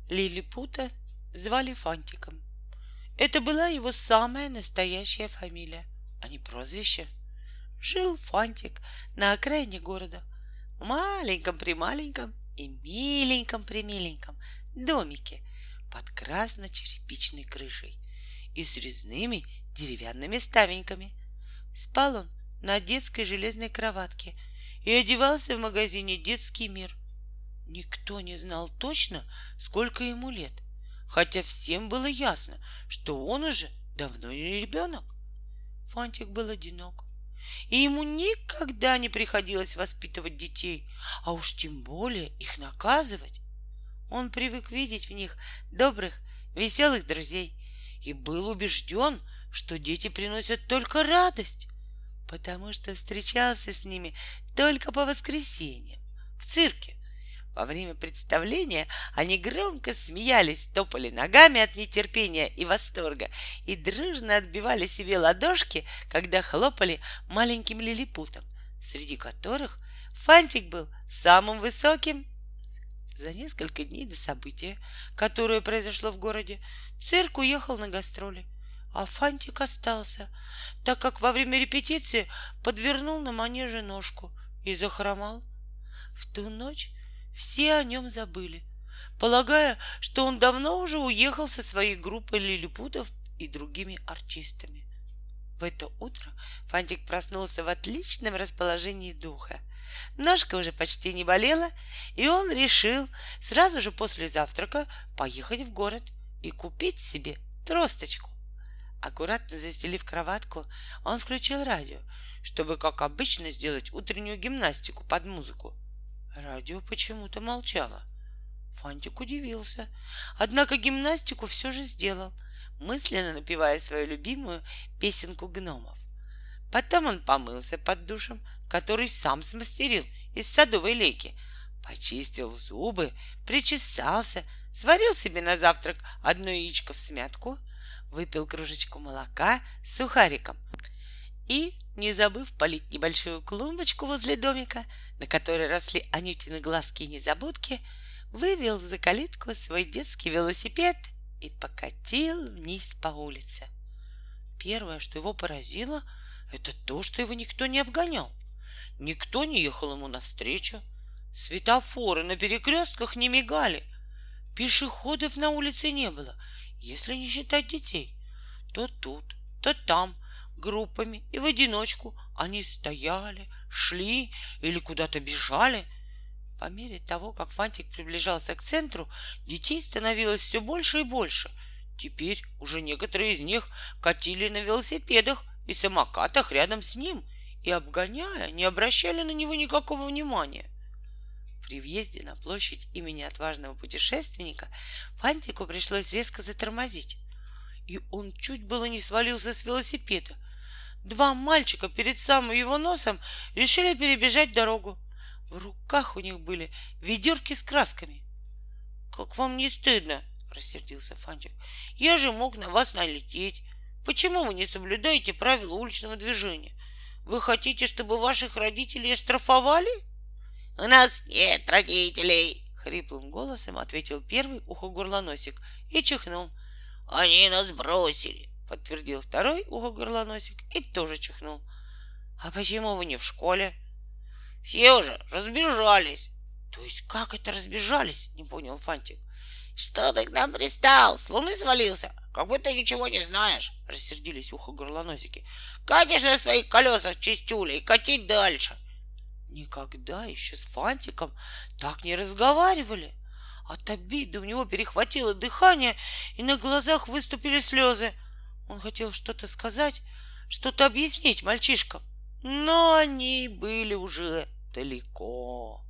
Лилипута звали Фантиком. Это была его самая настоящая фамилия, а не прозвище. Жил Фантик на окраине города, в маленьком-прималеньком и миленьком-примиленьком домике под красно-черепичной крышей и с резными деревянными ставеньками. Спал он на детской железной кроватке и одевался в магазине «Детский мир». Никто не знал точно, сколько ему лет, хотя всем было ясно, что он уже давно не ребенок. Фантик был одинок, и ему никогда не приходилось воспитывать детей, а уж тем более их наказывать. Он привык видеть в них добрых, веселых друзей и был убежден, что дети приносят только радость, потому что встречался с ними только по воскресеньям в цирке. Во время представления они громко смеялись, топали ногами от нетерпения и восторга и дружно отбивали себе ладошки, когда хлопали маленьким лилипутом, среди которых Фантик был самым высоким. За несколько дней до события, которое произошло в городе, цирк уехал на гастроли, а Фантик остался, так как во время репетиции подвернул на манеже ножку и захромал. В ту ночь все о нем забыли, полагая, что он давно уже уехал со своей группой лилипутов и другими артистами. В это утро Фантик проснулся в отличном расположении духа. Ножка уже почти не болела, и он решил сразу же после завтрака поехать в город и купить себе тросточку. Аккуратно застелив кроватку, он включил радио, чтобы, как обычно, сделать утреннюю гимнастику под музыку. Радио почему-то молчало. Фантик удивился, однако гимнастику все же сделал, мысленно напевая свою любимую песенку гномов. Потом он помылся под душем, который сам смастерил из садовой лейки, почистил зубы, причесался, сварил себе на завтрак одно яичко всмятку, выпил кружечку молока с сухариком и, не забыв полить небольшую клумбочку возле домика, на которой росли Анютины глазки и незабудки, вывел за калитку свой детский велосипед и покатил вниз по улице. Первое, что его поразило, это то, что его никто не обгонял. Никто не ехал ему навстречу. Светофоры на перекрестках не мигали. Пешеходов на улице не было, если не считать детей. То тут, то там, группами и в одиночку они стояли, шли или куда-то бежали. По мере того, как Фантик приближался к центру, детей становилось все больше и больше. Теперь уже некоторые из них катили на велосипедах и самокатах рядом с ним и, обгоняя, не обращали на него никакого внимания. При въезде на площадь имени отважного путешественника Фантику пришлось резко затормозить, и он чуть было не свалился с велосипеда. Два мальчика перед самым его носом решили перебежать дорогу. В руках у них были ведерки с красками. — Как вам не стыдно? — рассердился Фантик. — Я же мог на вас налететь. Почему вы не соблюдаете правила уличного движения? Вы хотите, чтобы ваших родителей оштрафовали? — У нас нет родителей! — хриплым голосом ответил первый ухогорлоносик и чихнул. — Они нас бросили! — подтвердил второй ухогорлоносик и тоже чихнул. — А почему вы не в школе? — Все уже разбежались. — То есть как это разбежались? — не понял Фантик. — Что ты к нам пристал? С луны свалился? Как будто ничего не знаешь, — рассердились ухогорлоносики. — Катишь на своих колесах, чистюля, и катить дальше. Никогда еще с Фантиком так не разговаривали. От обиды у него перехватило дыхание, и на глазах выступили слезы. Он хотел что-то сказать, что-то объяснить мальчишкам, но они были уже далеко.